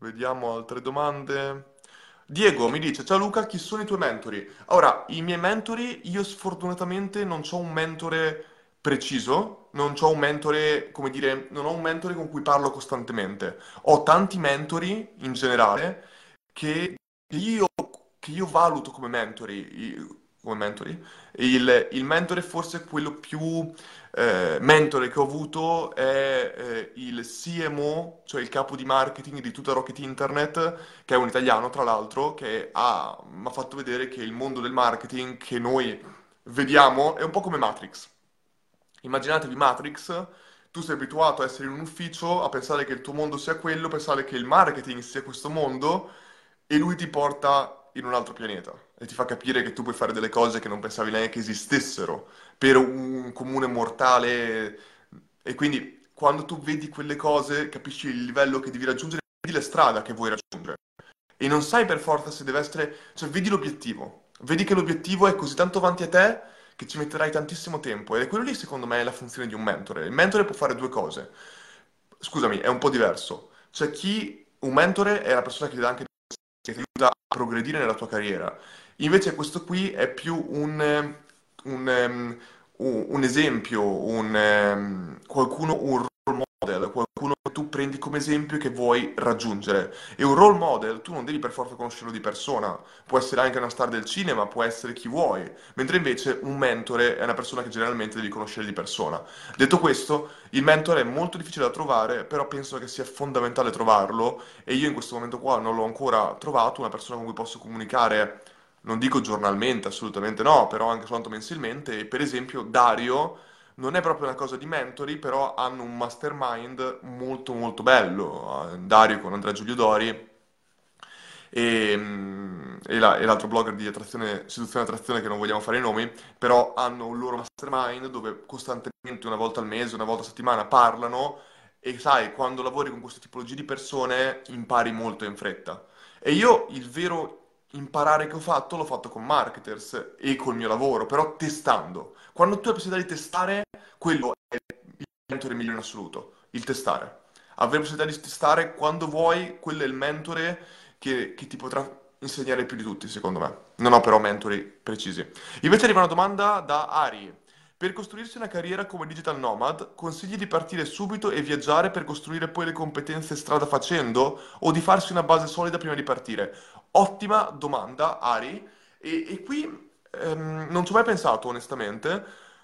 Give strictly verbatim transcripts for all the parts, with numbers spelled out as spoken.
vediamo altre domande. Diego mi dice, ciao Luca, chi sono i tuoi mentori? Ora, i miei mentori, io sfortunatamente non ho un mentore preciso, non ho un mentore, come dire, non ho un mentore con cui parlo costantemente. Ho tanti mentori in generale che che io, che io valuto come mentori. i- Come mentori. Il, il mentore forse quello più eh, mentore che ho avuto è eh, il C M O, cioè il capo di marketing di tutta Rocket Internet, che è un italiano tra l'altro, che ha, mi ha fatto vedere che il mondo del marketing che noi vediamo è un po' come Matrix. Immaginatevi Matrix, tu sei abituato a essere in un ufficio, a pensare che il tuo mondo sia quello, pensare che il marketing sia questo mondo, e lui ti porta in un altro pianeta e ti fa capire che tu puoi fare delle cose che non pensavi neanche esistessero per un comune mortale. E quindi quando tu vedi quelle cose, capisci il livello che devi raggiungere, vedi la strada che vuoi raggiungere. E non sai per forza se deve essere, cioè vedi l'obiettivo, vedi che l'obiettivo è così tanto avanti a te che ci metterai tantissimo tempo. Ed è quello lì, secondo me, è la funzione di un mentore. Il mentore può fare due cose. Scusami, è un po' diverso. C'è chi, un mentore è la persona che ti dà anche che ti aiuta a progredire nella tua carriera. Invece questo qui è più un, eh, un, ehm, un- un esempio, un, ehm, qualcuno, un role model, qualcuno che tu prendi come esempio e che vuoi raggiungere. E un role model tu non devi per forza conoscerlo di persona, può essere anche una star del cinema, può essere chi vuoi, mentre invece un mentore è una persona che generalmente devi conoscere di persona. Detto questo, il mentore è molto difficile da trovare, però penso che sia fondamentale trovarlo e io in questo momento qua non l'ho ancora trovato, una persona con cui posso comunicare, non dico giornalmente, assolutamente no, però anche soltanto mensilmente. E per esempio Dario non è proprio una cosa di mentori, però hanno un mastermind molto molto bello. Eh, Dario con Andrea Giulio Dori e, mm, e la- e l'altro blogger di attrazione, seduzione e attrazione che non vogliamo fare i nomi, però hanno un loro mastermind dove costantemente una volta al mese, una volta a settimana parlano e sai, quando lavori con queste tipologie di persone impari molto in fretta. E io il vero imparare che ho fatto l'ho fatto con marketers e col mio lavoro, però testando. Quando tu hai la possibilità di testare, quello è il mentore migliore in assoluto, il testare. Avere la possibilità di testare quando vuoi, quello è il mentore che, che ti potrà insegnare più di tutti, secondo me. Non ho però mentori precisi. Invece arriva una domanda da Ari. Per costruirsi una carriera come digital nomad, consigli di partire subito e viaggiare per costruire poi le competenze strada facendo o di farsi una base solida prima di partire? Ottima domanda, Ari. E, e qui ehm, non ci ho mai pensato, onestamente,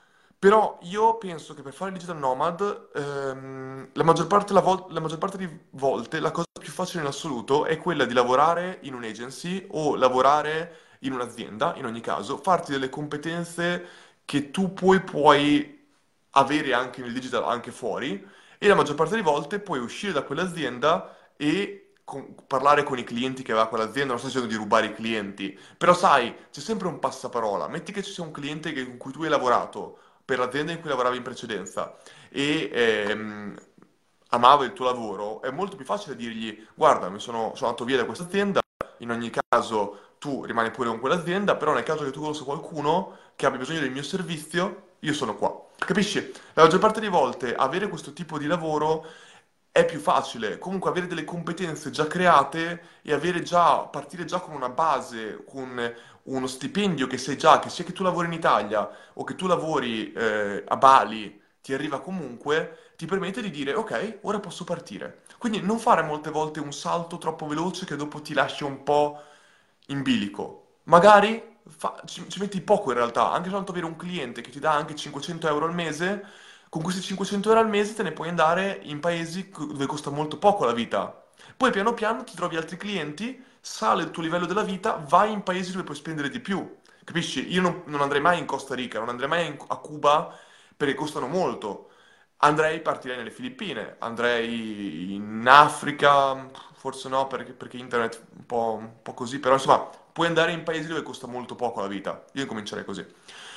però io penso che per fare il digital nomad, ehm, la maggior parte, la vol- la maggior parte di volte la cosa più facile in assoluto è quella di lavorare in un'agency o lavorare in un'azienda, in ogni caso, farti delle competenze che tu poi puoi avere anche nel digital, anche fuori, e la maggior parte delle volte puoi uscire da quell'azienda e con- parlare con i clienti che aveva quell'azienda. Non sto dicendo di rubare i clienti, però sai, c'è sempre un passaparola. Metti che ci sia un cliente che- con cui tu hai lavorato per l'azienda in cui lavoravi in precedenza e ehm, amava il tuo lavoro, è molto più facile dirgli: guarda, mi sono, sono andato via da questa azienda, in ogni caso tu rimani pure con quell'azienda, però nel caso che tu conosca qualcuno che abbia bisogno del mio servizio, io sono qua. Capisci? La maggior parte delle volte avere questo tipo di lavoro è più facile, comunque avere delle competenze già create e avere già, partire già con una base, con uno stipendio che sai già, che sia che tu lavori in Italia o che tu lavori eh, a Bali, ti arriva comunque, ti permette di dire ok, ora posso partire. Quindi non fare molte volte un salto troppo veloce che dopo ti lascia un po' in bilico. Magari fa- ci, ci metti poco in realtà, anche soltanto avere un cliente che ti dà anche cinquecento euro al mese, con questi cinquecento euro al mese te ne puoi andare in paesi co- dove costa molto poco la vita. Poi piano piano ti trovi altri clienti, sale il tuo livello della vita, vai in paesi dove puoi spendere di più. Capisci? Io non, non andrei mai in Costa Rica, non andrei mai in- a Cuba perché costano molto. Andrei, partirei nelle Filippine, andrei in Africa, forse no perché, perché internet è un po', un po' così, però insomma puoi andare in paesi dove costa molto poco la vita. Io comincerei così.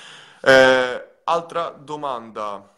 Eh, altra domanda.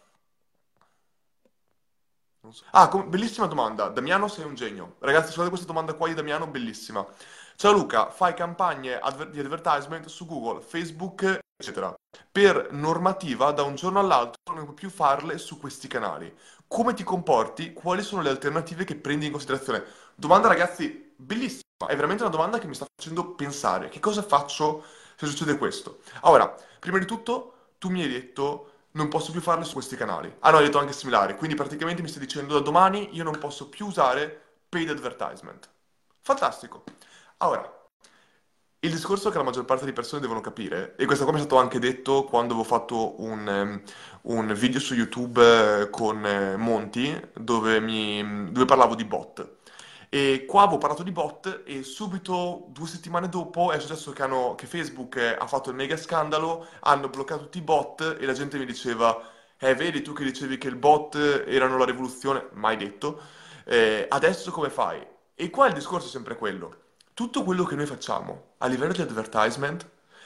Non so. Ah, com- bellissima domanda. Damiano, sei un genio. Ragazzi, guardate questa domanda qua di Damiano, bellissima. Ciao Luca, fai campagne adver- di advertisement su Google, Facebook, eccetera. Per normativa, da un giorno all'altro non puoi più farle su questi canali. come ti comporti, quali sono le alternative che prendi in considerazione. Domanda, ragazzi, bellissima, è veramente una domanda che mi sta facendo pensare. Che cosa faccio se succede questo? Ora, prima di tutto, tu mi hai detto non posso più farle su questi canali. Ah no, hai detto anche similare, quindi praticamente mi stai dicendo da domani io non posso più usare paid advertisement. Fantastico. Ora, il discorso che la maggior parte di persone devono capire, e questo qua mi è stato anche detto quando avevo fatto un, ehm, un video su YouTube eh, con eh, Monti, dove, mi- dove parlavo di bot. E qua avevo parlato di bot e subito, due settimane dopo, è successo che, hanno- che Facebook eh, ha fatto il mega scandalo, hanno bloccato tutti i bot e la gente mi diceva, eh, vedi tu che dicevi che il bot erano la rivoluzione, mai detto, eh, adesso come fai? E qua il discorso è sempre quello. Tutto quello che noi facciamo a livello di advertisement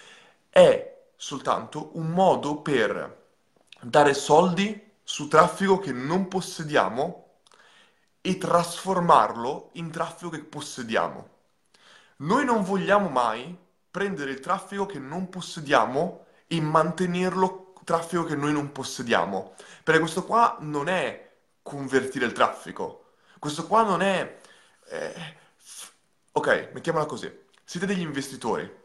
è soltanto un modo per dare soldi su traffico che non possediamo e trasformarlo in traffico che possediamo. Noi non vogliamo mai prendere il traffico che non possediamo e mantenerlo traffico che noi non possediamo. Perché questo qua non è convertire il traffico. Questo qua non è... eh, f- ok, mettiamola così. Siete degli investitori.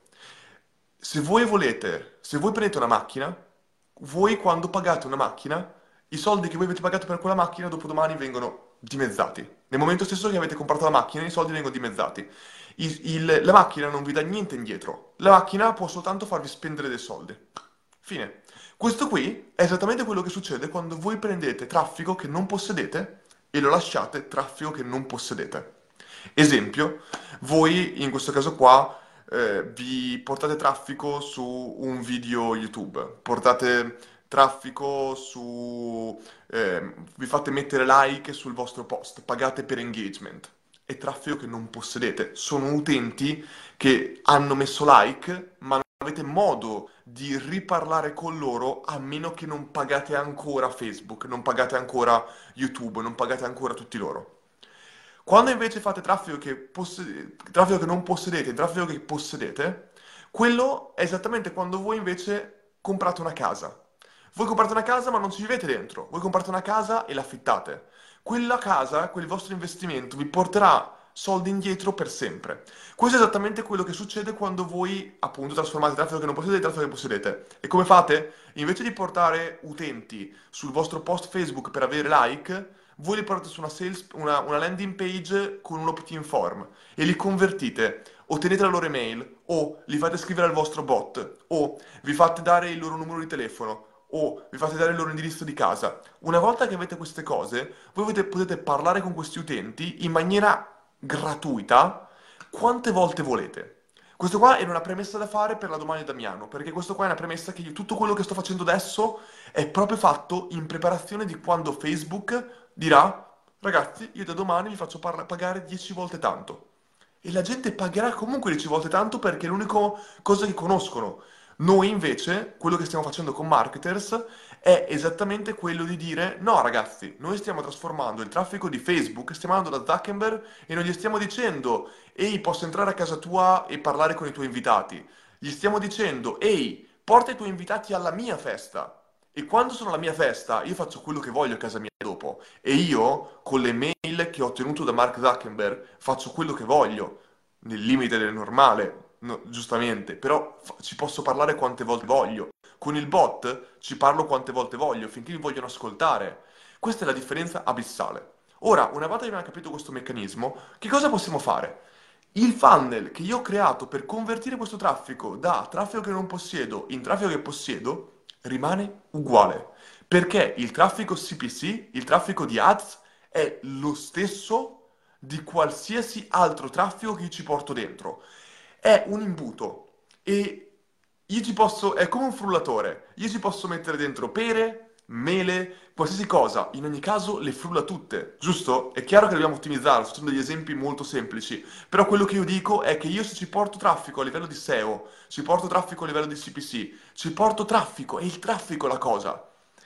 Se voi volete, se voi prendete una macchina, voi quando pagate una macchina, i soldi che voi avete pagato per quella macchina dopodomani vengono dimezzati. Nel momento stesso che avete comprato la macchina, i soldi vengono dimezzati. Il- il- la macchina non vi dà niente indietro. La macchina può soltanto farvi spendere dei soldi. Fine. Questo qui è esattamente quello che succede quando voi prendete traffico che non possedete e lo lasciate traffico che non possedete. Esempio, voi in questo caso qua eh, vi portate traffico su un video YouTube, portate traffico su... eh, vi fate mettere like sul vostro post, pagate per engagement. È traffico che non possedete. Sono utenti che hanno messo like, ma non avete modo di riparlare con loro a meno che non pagate ancora Facebook, non pagate ancora YouTube, non pagate ancora tutti loro. Quando invece fate traffico che, posse- traffico che non possedete, traffico che possedete, quello è esattamente quando voi invece comprate una casa. Voi comprate una casa ma non ci vivete dentro, voi comprate una casa e l'affittate. Quella casa, quel vostro investimento vi porterà soldi indietro per sempre. Questo è esattamente quello che succede quando voi appunto trasformate traffico che non possedete in traffico che possedete. E come fate? Invece di portare utenti sul vostro post Facebook per avere like, voi li portate su una, sales- una- una landing page con un opt-in form e li convertite, ottenete la loro email o li fate scrivere al vostro bot o vi fate dare il loro numero di telefono o vi fate dare il loro indirizzo di casa. Una volta che avete queste cose, voi avete- potete parlare con questi utenti in maniera gratuita quante volte volete. Questo qua era una premessa da fare per la domanda di Damiano, perché questo qua è una premessa che io, tutto quello che sto facendo adesso è proprio fatto in preparazione di quando Facebook dirà, ragazzi, io da domani vi faccio parla- pagare dieci volte tanto. E la gente pagherà comunque dieci volte tanto perché è l'unica cosa che conoscono. Noi invece, quello che stiamo facendo con marketers è esattamente quello di dire no ragazzi, noi stiamo trasformando il traffico di Facebook, stiamo andando da Zuckerberg e non gli stiamo dicendo ehi, posso entrare a casa tua e parlare con i tuoi invitati. Gli stiamo dicendo ehi, porta i tuoi invitati alla mia festa. E quando sono alla mia festa, io faccio quello che voglio a casa mia dopo. E io, con le mail che ho ottenuto da Mark Zuckerberg, faccio quello che voglio, nel limite del normale, no, giustamente, però fa- ci posso parlare quante volte voglio. Con il bot ci parlo quante volte voglio, finché mi vogliono ascoltare. Questa è la differenza abissale. Ora, una volta che abbiamo capito questo meccanismo, che cosa possiamo fare? Il funnel che io ho creato per convertire questo traffico da traffico che non possiedo in traffico che possiedo rimane uguale. Perché il traffico C P C, il traffico di ads, è lo stesso di qualsiasi altro traffico che io ci porto dentro. È un imbuto e io ci posso, è come un frullatore, io ci posso mettere dentro pere, mele, qualsiasi cosa, in ogni caso le frulla tutte, giusto? È chiaro che dobbiamo ottimizzarlo, sono degli esempi molto semplici, però quello che io dico è che io se ci porto traffico a livello di S E O, ci porto traffico a livello di C P C, ci porto traffico, è il traffico la cosa.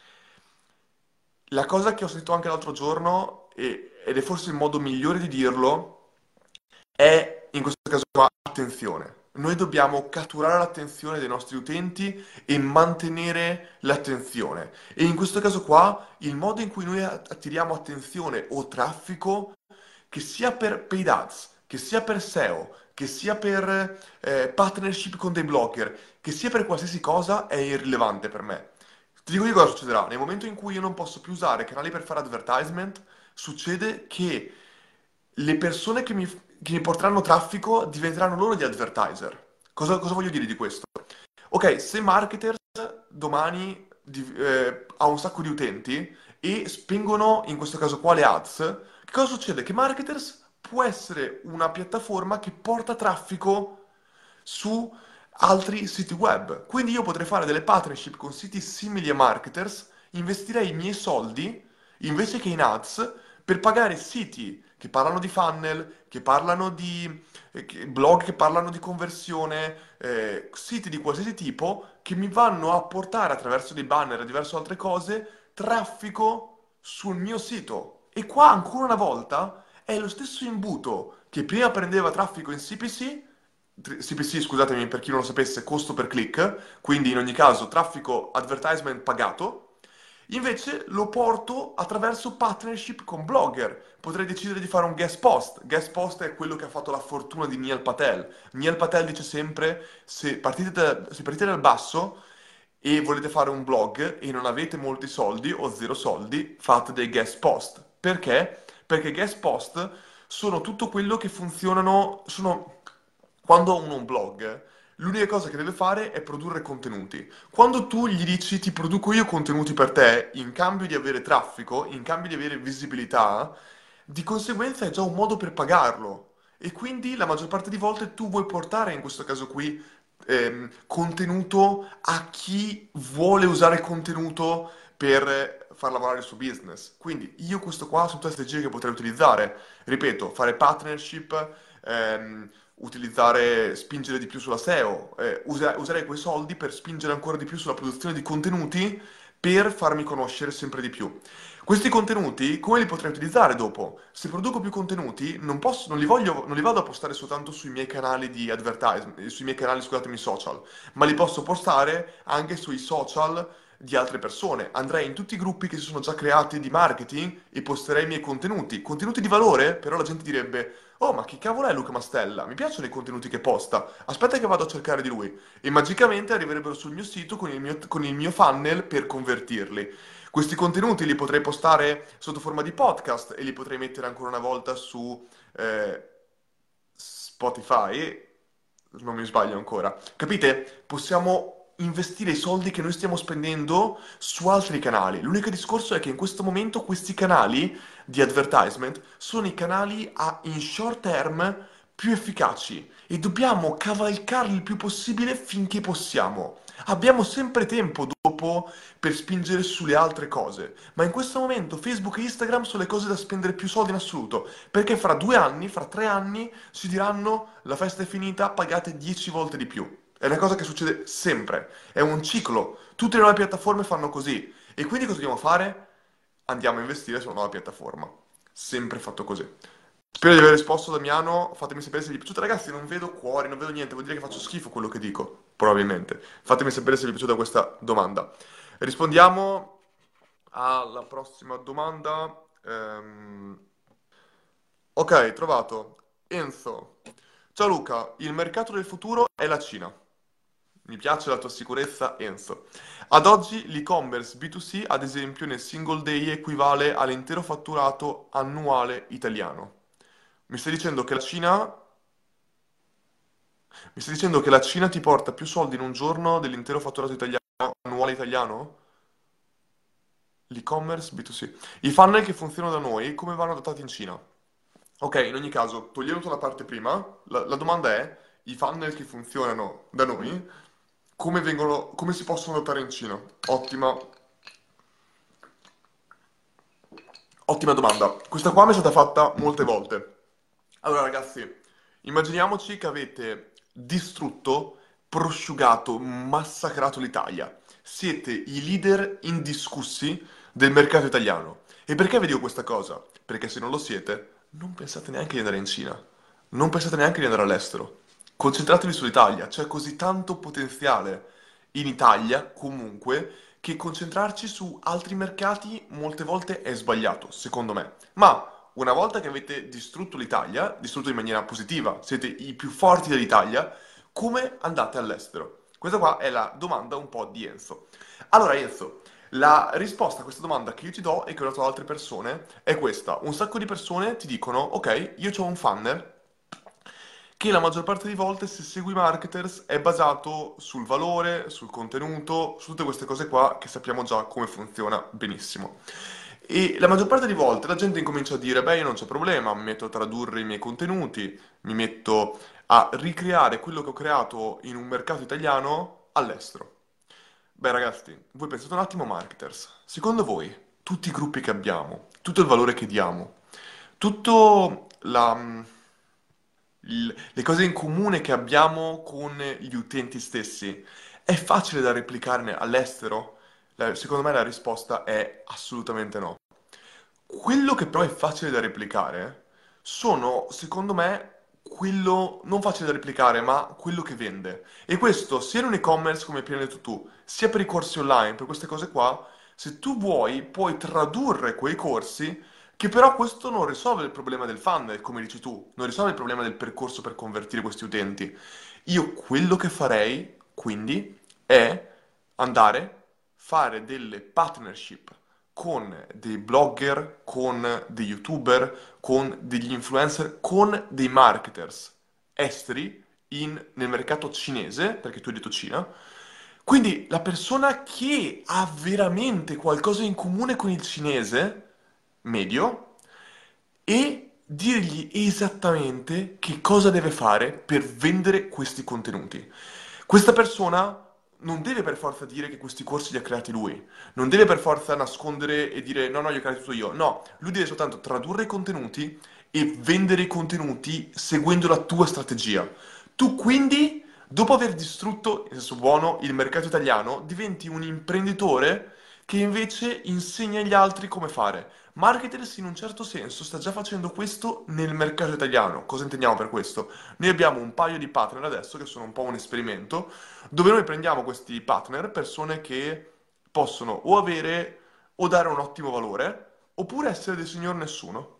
La cosa che ho sentito anche l'altro giorno, e- ed è forse il modo migliore di dirlo, è in questo caso qua attenzione. Noi dobbiamo catturare l'attenzione dei nostri utenti e mantenere l'attenzione. E in questo caso qua, il modo in cui noi attiriamo attenzione o traffico, che sia per paid ads, che sia per S E O, che sia per eh, partnership con dei blogger, che sia per qualsiasi cosa, è irrilevante per me. Ti dico di cosa succederà. Nel momento in cui io non posso più usare canali per fare advertisement, succede che le persone che mi, che mi porteranno traffico diventeranno loro gli advertiser. Cosa, cosa voglio dire di questo? Ok, se marketers domani di- eh, ha un sacco di utenti e spengono, in questo caso qua, le ads, che cosa succede? Che marketers può essere una piattaforma che porta traffico su altri siti web. Quindi io potrei fare delle partnership con siti simili a marketers, investirei i miei soldi invece che in ads per pagare siti che parlano di funnel, che parlano di eh, che- blog che parlano di conversione, eh, siti di qualsiasi tipo che mi vanno a portare attraverso dei banner e diverse altre cose traffico sul mio sito. E qua ancora una volta è lo stesso imbuto che prima prendeva traffico in C P C, tr- C P C, scusatemi per chi non lo sapesse, costo per click, quindi in ogni caso traffico advertisement pagato. Invece lo porto attraverso partnership con blogger. Potrei decidere di fare un guest post. Guest post è quello che ha fatto la fortuna di Neil Patel. Neil Patel dice sempre: se partite, da- se partite dal basso e volete fare un blog e non avete molti soldi o zero soldi, fate dei guest post. Perché? Perché guest post sono tutto quello che funzionano, sono quando uno ha un blog, l'unica cosa che deve fare è produrre contenuti. Quando tu gli dici ti produco io contenuti per te, in cambio di avere traffico, in cambio di avere visibilità, di conseguenza è già un modo per pagarlo. E quindi la maggior parte di volte tu vuoi portare, in questo caso qui, ehm, contenuto a chi vuole usare contenuto per far lavorare il suo business. Quindi io questo qua sono tutte strategie che potrei utilizzare. Ripeto, fare partnership, ehm, utilizzare, spingere di più sulla S E O, eh, usa- usare quei soldi per spingere ancora di più sulla produzione di contenuti per farmi conoscere sempre di più. Questi contenuti, come li potrei utilizzare dopo? Se produco più contenuti, non posso, non li voglio, non li vado a postare soltanto sui miei canali di advertising, eh, sui miei canali, scusatemi, social, ma li posso postare anche sui social di altre persone. Andrei in tutti i gruppi che si sono già creati di marketing e posterei i miei contenuti. Contenuti di valore, però la gente direbbe: oh, ma chi cavolo è Luca Mastella? Mi piacciono i contenuti che posta. Aspetta che vado a cercare di lui. E magicamente arriverebbero sul mio sito con il mio, con il mio funnel per convertirli. Questi contenuti li potrei postare sotto forma di podcast e li potrei mettere ancora una volta su eh, Spotify. Non mi sbaglio ancora. Capite? Possiamo investire i soldi che noi stiamo spendendo su altri canali. L'unico discorso è che in questo momento questi canali di advertisement sono i canali a, in short term più efficaci e dobbiamo cavalcarli il più possibile finché possiamo. Abbiamo sempre tempo dopo per spingere sulle altre cose, ma in questo momento Facebook e Instagram sono le cose da spendere più soldi in assoluto, perché fra due anni, fra tre anni, ci diranno la festa è finita, pagate dieci volte di più. È una cosa che succede sempre, è un ciclo. Tutte le nuove piattaforme fanno così. E quindi cosa dobbiamo fare? Andiamo a investire su una nuova piattaforma. Sempre fatto così. Spero di aver risposto, Damiano. Fatemi sapere se vi è piaciuta. Ragazzi, non vedo cuori, non vedo niente. Vuol dire che faccio schifo quello che dico. Probabilmente. Fatemi sapere se vi è piaciuta questa domanda. Rispondiamo alla prossima domanda. Ehm, Ok, trovato. Enzo. Ciao Luca, il mercato del futuro è la Cina. Mi piace la tua sicurezza, Enzo. Ad oggi l'e-commerce B due C, ad esempio, nel single day equivale all'intero fatturato annuale italiano. Mi stai dicendo che la Cina, mi stai dicendo che la Cina ti porta più soldi in un giorno dell'intero fatturato italiano, annuale italiano? L'e-commerce B due C. I funnel che funzionano da noi, come vanno adattati in Cina? Ok, in ogni caso, togliendo la parte prima, la, la domanda è, i funnel che funzionano da noi, come vengono, come si possono adattare in Cina? Ottima, ottima domanda. Questa qua mi è stata fatta molte volte. Allora, ragazzi, immaginiamoci che avete distrutto, prosciugato, massacrato l'Italia. Siete i leader indiscussi del mercato italiano. E perché vi dico questa cosa? Perché se non lo siete, non pensate neanche di andare in Cina. Non pensate neanche di andare all'estero. Concentratevi sull'Italia, c'è così tanto potenziale in Italia comunque che concentrarci su altri mercati molte volte è sbagliato, secondo me. Ma una volta che avete distrutto l'Italia, distrutto in maniera positiva, siete i più forti dell'Italia, come andate all'estero? Questa qua è la domanda un po' di Enzo. Allora Enzo, la risposta a questa domanda che io ti do e che ho dato ad altre persone è questa. Un sacco di persone ti dicono, ok, io ho un funnel che la maggior parte delle volte, se segui marketers, è basato sul valore, sul contenuto, su tutte queste cose qua che sappiamo già come funziona benissimo. E la maggior parte delle volte la gente incomincia a dire, beh, io non c'è problema, mi metto a tradurre i miei contenuti, mi metto a ricreare quello che ho creato in un mercato italiano all'estero. Beh, ragazzi, voi pensate un attimo, marketers. Secondo voi, tutti i gruppi che abbiamo, tutto il valore che diamo, tutto la, il- le cose in comune che abbiamo con gli utenti stessi, è facile da replicare all'estero? La- secondo me la risposta è assolutamente no. Quello che però è facile da replicare sono, secondo me, quello non facile da replicare, ma quello che vende. E questo sia in un e-commerce come hai appena detto tu, sia per i corsi online, per queste cose qua, se tu vuoi, puoi tradurre quei corsi, che però questo non risolve il problema del funnel, come dici tu, non risolve il problema del percorso per convertire questi utenti. Io quello che farei, quindi, è andare, fare delle partnership con dei blogger, con dei youtuber, con degli influencer, con dei marketers esteri in- nel mercato cinese, perché tu hai detto Cina. Quindi la persona che ha veramente qualcosa in comune con il cinese medio e dirgli esattamente che cosa deve fare per vendere questi contenuti. Questa persona non deve per forza dire che questi corsi li ha creati lui, non deve per forza nascondere e dire no, no, li ho creati tutto io. No, lui deve soltanto tradurre i contenuti e vendere i contenuti seguendo la tua strategia. Tu quindi, dopo aver distrutto, in senso buono, il mercato italiano, diventi un imprenditore che invece insegna agli altri come fare. Marketers in un certo senso sta già facendo questo nel mercato italiano. Cosa intendiamo per questo? Noi abbiamo un paio di partner adesso che sono un po' un esperimento, dove noi prendiamo questi partner, persone che possono o avere o dare un ottimo valore, oppure essere dei signor nessuno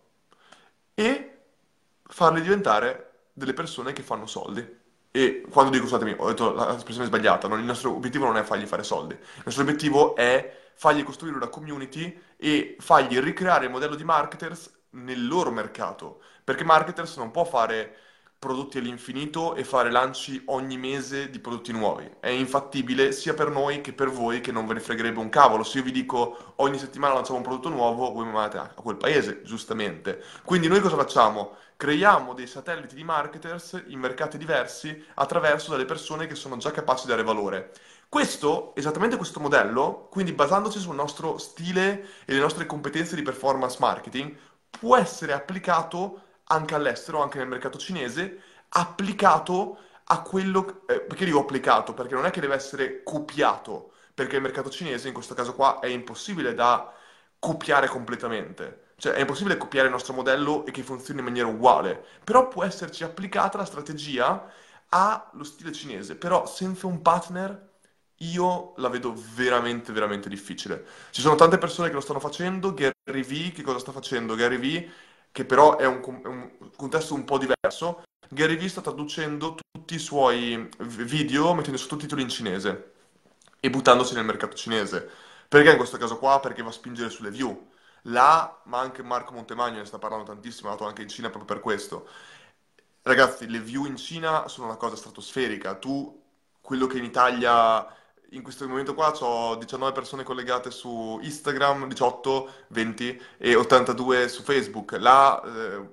e farli diventare delle persone che fanno soldi. E quando dico, scusatemi, ho detto l'espressione sbagliata, non- il nostro obiettivo non è fargli fare soldi, il nostro obiettivo è fargli costruire una community e fargli ricreare il modello di marketers nel loro mercato, perché marketers non può fare prodotti all'infinito e fare lanci ogni mese di prodotti nuovi. È infattibile sia per noi che per voi che non ve ne fregherebbe un cavolo. Se io vi dico ogni settimana lanciamo un prodotto nuovo, voi mi mandate a a quel paese, giustamente. Quindi noi cosa facciamo? Creiamo dei satelliti di marketers in mercati diversi attraverso delle persone che sono già capaci di dare valore. Questo, esattamente questo modello, quindi basandosi sul nostro stile e le nostre competenze di performance marketing, può essere applicato anche all'estero, anche nel mercato cinese, applicato a quello... eh, perché dico applicato? Perché non è che deve essere copiato, perché il mercato cinese in questo caso qua è impossibile da copiare completamente. Cioè, è impossibile copiare il nostro modello e che funzioni in maniera uguale, però può esserci applicata la strategia allo stile cinese, però senza un partner io la vedo veramente, veramente difficile. Ci sono tante persone che lo stanno facendo, Gary Vee che cosa sta facendo? Gary Vee, che però è un, com- è un contesto un po' diverso, Gary Vee sta traducendo tutti i suoi v- video mettendo sottotitoli in cinese e buttandosi nel mercato cinese. Perché in questo caso qua? Perché va a spingere sulle view. Là, ma anche Marco Montemagno ne sta parlando tantissimo, è andato anche in Cina proprio per questo. Ragazzi, le view in Cina sono una cosa stratosferica. Tu, quello che in Italia, in questo momento qua, ho diciannove persone collegate su Instagram, diciotto, venti e ottantadue su Facebook. Là, eh,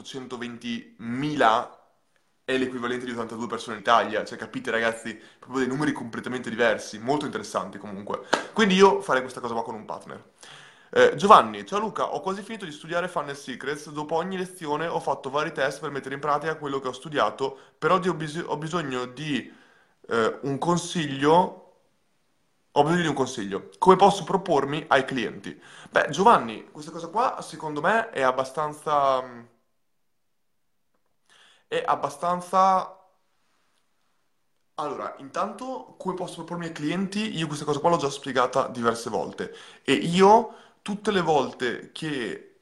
ottocentoventimila è l'equivalente di ottantadue persone in Italia. Cioè, capite, ragazzi, proprio dei numeri completamente diversi, molto interessanti comunque. Quindi io farei questa cosa qua con un partner. Eh, Giovanni, ciao Luca, ho quasi finito di studiare Funnel Secrets. Dopo ogni lezione ho fatto vari test per mettere in pratica quello che ho studiato, però di- ho, bis- ho bisogno di eh, un consiglio. Ho bisogno di un consiglio. Come posso propormi ai clienti? Beh, Giovanni, questa cosa qua secondo me è abbastanza, è abbastanza Allora, intanto, come posso propormi ai clienti? Io questa cosa qua l'ho già spiegata diverse volte. E io, tutte le volte che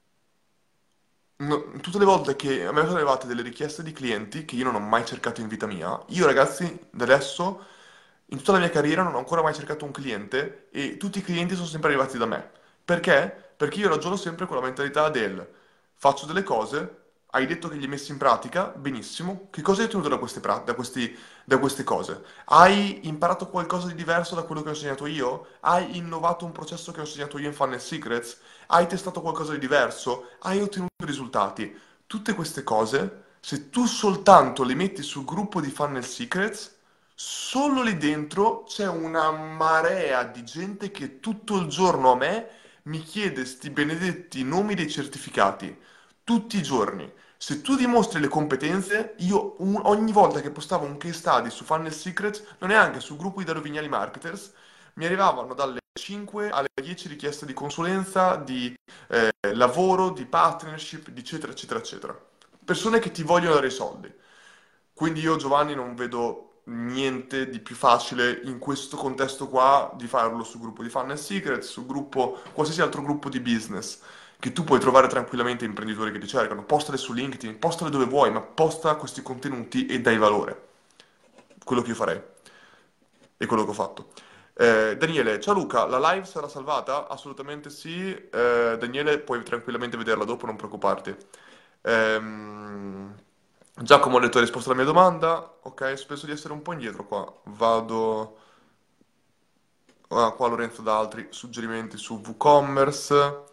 No, tutte le volte che a me sono arrivate delle richieste di clienti che io non ho mai cercato in vita mia, io ragazzi, da adesso, in tutta la mia carriera non ho ancora mai cercato un cliente e tutti i clienti sono sempre arrivati da me. Perché? Perché io ragiono sempre con la mentalità del faccio delle cose, hai detto che li hai messi in pratica, benissimo, che cosa hai ottenuto da queste, pra- da questi- da queste cose? Hai imparato qualcosa di diverso da quello che ho insegnato io? Hai innovato un processo che ho insegnato io in Funnel Secrets? Hai testato qualcosa di diverso? Hai ottenuto risultati? Tutte queste cose, se tu soltanto le metti sul gruppo di Funnel Secrets, solo lì dentro c'è una marea di gente che tutto il giorno a me mi chiede sti benedetti nomi dei certificati. Tutti i giorni. Se tu dimostri le competenze, io un- ogni volta che postavo un case study su Funnel Secrets, non neanche sul gruppo di Dado Vignali Marketers, mi arrivavano dalle cinque alle dieci richieste di consulenza, di eh, lavoro, di partnership, di eccetera, eccetera, eccetera. Persone che ti vogliono dare i soldi. Quindi io, Giovanni, non vedo niente di più facile in questo contesto qua di farlo sul gruppo di Funnel Secrets, sul gruppo, qualsiasi altro gruppo di business che tu puoi trovare tranquillamente imprenditori che ti cercano. Postale su LinkedIn, postale dove vuoi, ma posta questi contenuti e dai valore. Quello che io farei e quello che ho fatto. Eh, Daniele, ciao Luca, la live sarà salvata? Assolutamente sì. Eh, Daniele, puoi tranquillamente vederla dopo, non preoccuparti. Ehm, Giacomo ha detto hai risposto alla mia domanda. Ok, penso di essere un po' indietro qua. Vado. Ah, qua Lorenzo dà altri suggerimenti su WooCommerce.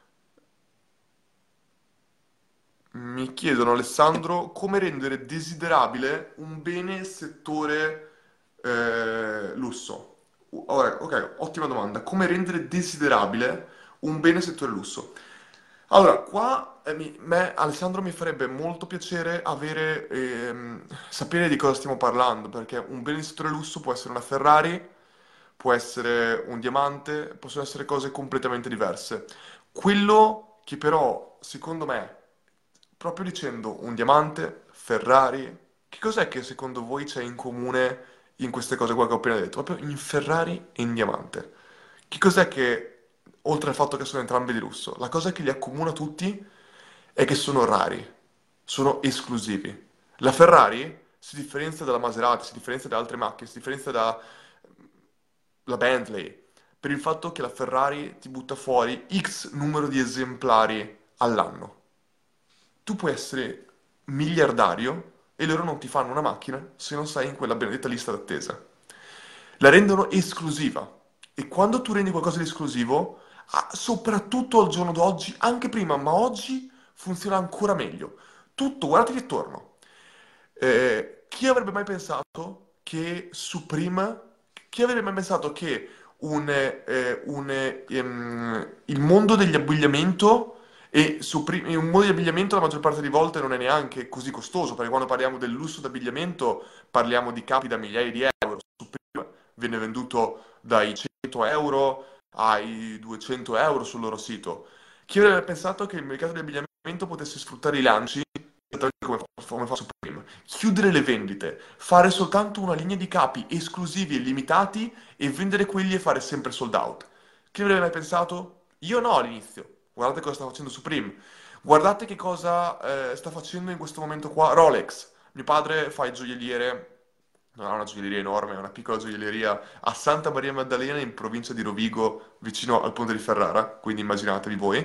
Mi chiedono, Alessandro, come rendere desiderabile un bene settore eh, lusso. Ora, ok, ottima domanda. Come rendere desiderabile un bene settore lusso? Allora, qua eh, mi- me, Alessandro, mi farebbe molto piacere avere, ehm, sapere di cosa stiamo parlando, perché un bene di settore lusso può essere una Ferrari, può essere un diamante, possono essere cose completamente diverse. Quello che però, secondo me, proprio dicendo un diamante, Ferrari, che cos'è che secondo voi c'è in comune in queste cose qua che ho appena detto? Proprio in Ferrari e in diamante. Che cos'è che, oltre al fatto che sono entrambi di lusso, la cosa che li accomuna tutti è che sono rari, sono esclusivi. La Ferrari si differenzia dalla Maserati, si differenzia da altre macchine, si differenzia dalla Bentley per il fatto che la Ferrari ti butta fuori X numero di esemplari all'anno. Tu puoi essere miliardario e loro non ti fanno una macchina se non sei in quella benedetta lista d'attesa. La rendono esclusiva. E quando tu rendi qualcosa di esclusivo, ah, soprattutto al giorno d'oggi, anche prima, ma oggi funziona ancora meglio. Tutto, guardatevi attorno. Eh, chi avrebbe mai pensato che Supreme, chi avrebbe mai pensato che un, eh, un, eh, ehm, il mondo degli abbigliamento e Supreme, e un mondo di abbigliamento la maggior parte delle volte non è neanche così costoso, perché quando parliamo del lusso d'abbigliamento parliamo di capi da migliaia di euro. Supreme viene venduto dai cento euro ai duecento euro sul loro sito. Chi avrebbe pensato che il mercato dell'abbigliamento potesse sfruttare i lanci esattamente come fa, come fa Supreme? Chiudere le vendite, fare soltanto una linea di capi esclusivi e limitati e vendere quelli e fare sempre sold out. Chi avrebbe mai pensato? Io no all'inizio. Guardate cosa sta facendo Supreme. Guardate che cosa eh, sta facendo in questo momento qua Rolex. Mio padre fa il gioielliere, non ha una gioielleria enorme, è una piccola gioielleria a Santa Maria Maddalena in provincia di Rovigo, vicino al ponte di Ferrara, quindi immaginatevi voi.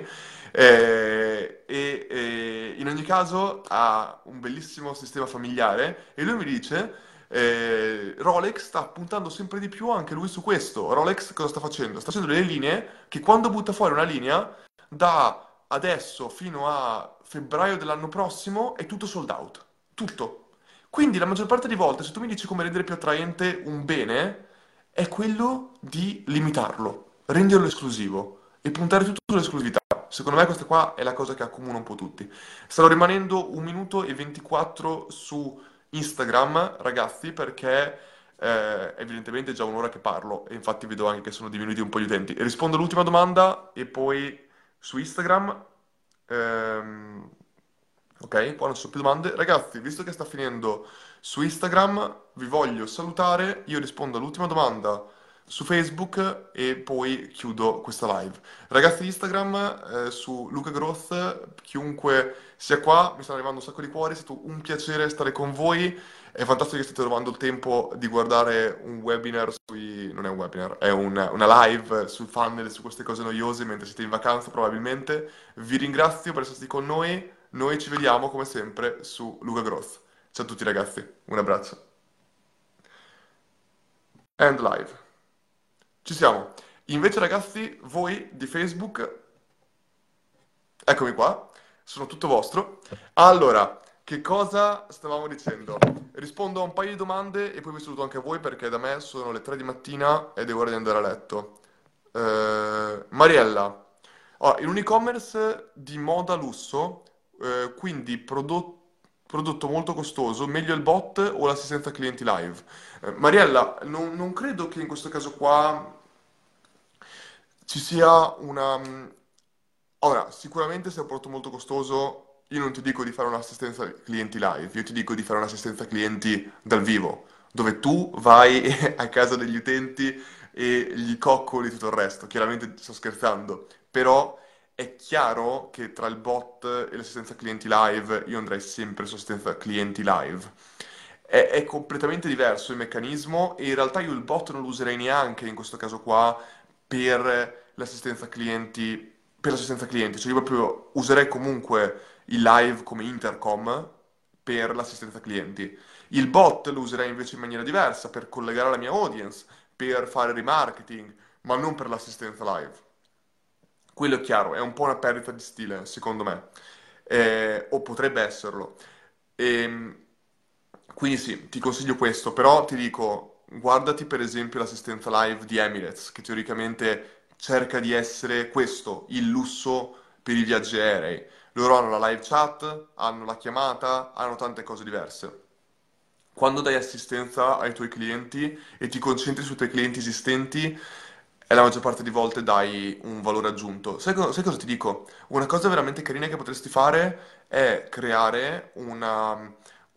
Eh, e, e in ogni caso ha un bellissimo sistema familiare e lui mi dice... eh, Rolex sta puntando sempre di più anche lui su questo. Rolex cosa sta facendo? Sta facendo delle linee che quando butta fuori una linea, da adesso fino a febbraio dell'anno prossimo è tutto sold out. Tutto. Quindi la maggior parte delle volte, se tu mi dici come rendere più attraente un bene, è quello di limitarlo, renderlo esclusivo e puntare tutto sull'esclusività. Secondo me questa qua è la cosa che accomuna un po' tutti. Sto rimanendo un minuto e ventiquattro su Instagram, ragazzi, perché eh, evidentemente è già un'ora che parlo e infatti vedo anche che sono diminuiti un po' gli utenti. Rispondo all'ultima domanda e poi su Instagram. ehm, Ok? Poi non ci sono più domande. Ragazzi, visto che sta finendo su Instagram, vi voglio salutare. Io rispondo all'ultima domanda su Facebook e poi chiudo questa live. Ragazzi di Instagram, eh, su Luca Groth, chiunque sia qua, mi stanno arrivando un sacco di cuori, è stato un piacere stare con voi. È fantastico che state trovando il tempo di guardare un webinar sui... non è un webinar, è un- una live sul funnel, su queste cose noiose mentre siete in vacanza probabilmente. Vi ringrazio per essere stati con noi. Noi ci vediamo come sempre su Luca Gross. Ciao a tutti ragazzi, un abbraccio. And live. Ci siamo. Invece ragazzi, voi di Facebook, eccomi qua, sono tutto vostro. Allora, che cosa stavamo dicendo? Rispondo a un paio di domande e poi vi saluto anche a voi perché da me sono le tre di mattina ed è ora di andare a letto. Eh, Mariella, oh, in un e-commerce di moda lusso, eh, quindi prodotto prodotto molto costoso, meglio il bot o l'assistenza clienti live? Eh, Mariella, non, non credo che in questo caso qua ci sia una... mh, Ora, sicuramente se è un prodotto molto costoso, io non ti dico di fare un'assistenza clienti live, io ti dico di fare un'assistenza clienti dal vivo, dove tu vai a casa degli utenti e gli coccoli tutto il resto. Chiaramente sto scherzando, però è chiaro che tra il bot e l'assistenza clienti live io andrei sempre su assistenza clienti live. È, è completamente diverso il meccanismo e in realtà io il bot non lo userei neanche in questo caso qua per l'assistenza clienti, per l'assistenza clienti, cioè io proprio userei comunque il live come intercom per l'assistenza clienti. Il bot lo userei invece in maniera diversa per collegare alla mia audience, per fare remarketing, ma non per l'assistenza live. Quello è chiaro, è un po' una perdita di stile, secondo me. Eh, o potrebbe esserlo. Ehm, quindi sì, ti consiglio questo, però ti dico, guardati per esempio l'assistenza live di Emirates, che teoricamente cerca di essere questo, il lusso per i viaggi aerei. Loro hanno la live chat, hanno la chiamata, hanno tante cose diverse. Quando dai assistenza ai tuoi clienti e ti concentri sui tuoi clienti esistenti, e la maggior parte di volte dai un valore aggiunto. Sai, co- sai cosa ti dico? Una cosa veramente carina che potresti fare è creare una,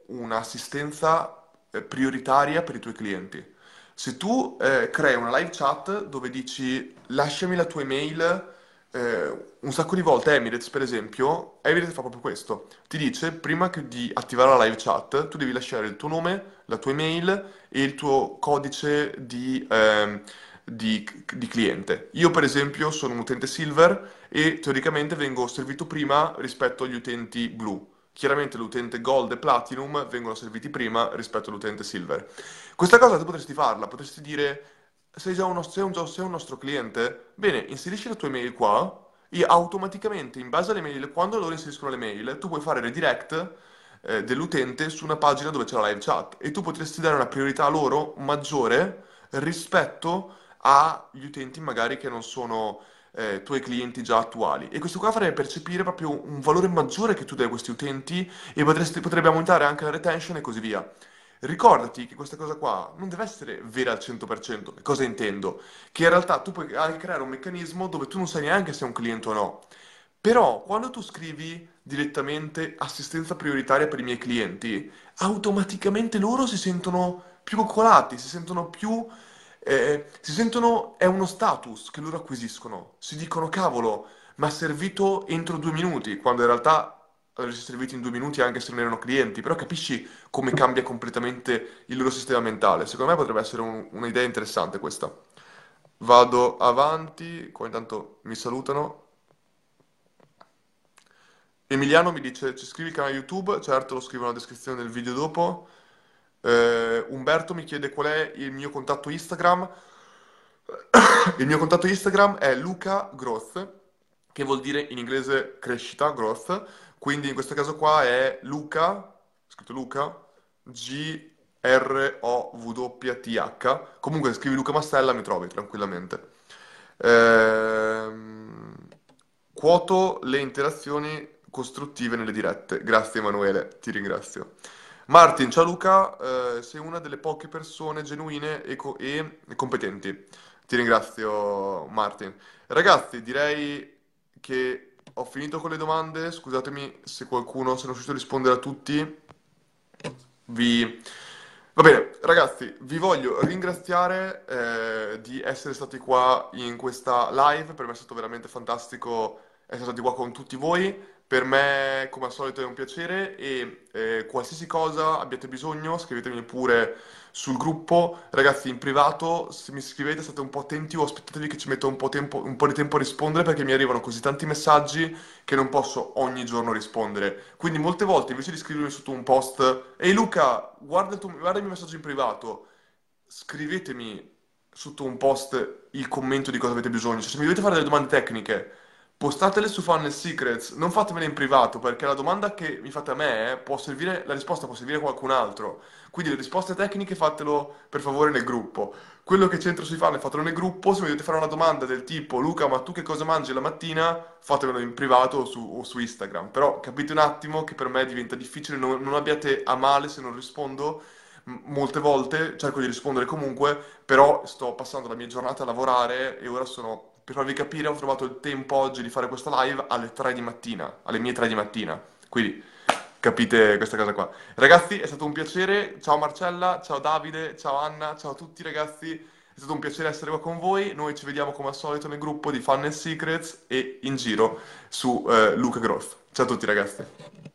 un'assistenza eh, prioritaria per i tuoi clienti. Se tu eh, crei una live chat dove dici lasciami la tua email, eh, un sacco di volte Emirates, per esempio, Emirates fa proprio questo. Ti dice, prima che di attivare la live chat, tu devi lasciare il tuo nome, la tua email e il tuo codice di, ehm, di- di cliente. Io, per esempio, sono un utente Silver e teoricamente vengo servito prima rispetto agli utenti blu. Chiaramente l'utente Gold e Platinum vengono serviti prima rispetto all'utente Silver. Questa cosa tu potresti farla, potresti dire, sei già uno, sei un, già- sei un nostro cliente? Bene, inserisci la tua email qua e automaticamente, in base alle mail, quando loro inseriscono le mail, tu puoi fare redirect eh, dell'utente su una pagina dove c'è la live chat e tu potresti dare una priorità a loro maggiore rispetto agli utenti magari che non sono eh, tuoi clienti già attuali. E questo qua farebbe percepire proprio un valore maggiore che tu dai a questi utenti e potresti- potrebbe aumentare anche la retention e così via. Ricordati che questa cosa qua non deve essere vera al cento per cento. Che cosa intendo? Che in realtà tu puoi anche creare un meccanismo dove tu non sai neanche se è un cliente o no. Però quando tu scrivi direttamente assistenza prioritaria per i miei clienti, automaticamente loro si sentono più coccolati, si sentono più... eh, si sentono... è uno status che loro acquisiscono. Si dicono, cavolo, mi ha servito entro due minuti, quando in realtà avresti servito in due minuti anche se non erano clienti. Però capisci come cambia completamente il loro sistema mentale. Secondo me potrebbe essere un- un'idea interessante questa. Vado avanti, qua intanto mi salutano. Emiliano mi dice, ci scrivi il canale YouTube? Certo, lo scrivo nella descrizione del video dopo. Eh, Umberto mi chiede qual è il mio contatto Instagram. Il mio contatto Instagram è Luca Growth, che vuol dire in inglese crescita, growth. Quindi in questo caso qua è Luca, scritto Luca, G R O W T H. Comunque scrivi Luca Mastella mi trovi tranquillamente. Ehm, Quoto le interazioni costruttive nelle dirette. Grazie Emanuele, ti ringrazio. Martin, ciao Luca, eh, sei una delle poche persone genuine e, co- e competenti. Ti ringrazio Martin. Ragazzi, direi che ho finito con le domande, scusatemi se qualcuno, se non riuscito a rispondere a tutti. Vi... Va bene, ragazzi, vi voglio ringraziare eh, di essere stati qua in questa live. Per me è stato veramente fantastico essere stati qua con tutti voi. Per me, come al solito, è un piacere e eh, qualsiasi cosa abbiate bisogno, scrivetemi pure sul gruppo. Ragazzi, in privato, se mi scrivete, state un po' attenti o aspettatevi che ci metto un po', tempo- un po' di tempo a rispondere perché mi arrivano così tanti messaggi che non posso ogni giorno rispondere. Quindi molte volte invece di scrivermi sotto un post, ehi Luca, guarda il, tuo- guarda il mio messaggio in privato, scrivetemi sotto un post il commento di cosa avete bisogno. Cioè, se mi dovete fare delle domande tecniche, postatele su Funnel Secrets, non fatemele in privato, perché la domanda che mi fate a me eh, può servire, la risposta può servire a qualcun altro. Quindi le risposte tecniche fatelo per favore nel gruppo. Quello che c'entra sui funnel fatelo nel gruppo. Se mi dovete fare una domanda del tipo Luca, ma tu che cosa mangi la mattina? Fatemelo in privato o su, o su Instagram. Però capite un attimo che per me diventa difficile, non, non abbiate a male se non rispondo. M- molte volte cerco di rispondere comunque, però sto passando la mia giornata a lavorare e ora sono, per farvi capire, ho trovato il tempo oggi di fare questa live alle tre di mattina, alle mie tre di mattina. Quindi capite questa cosa qua. Ragazzi, è stato un piacere. Ciao Marcella, ciao Davide, ciao Anna, ciao a tutti ragazzi. È stato un piacere essere qua con voi. Noi ci vediamo come al solito nel gruppo di Fun and Secrets e in giro su eh, Luca Growth. Ciao a tutti ragazzi.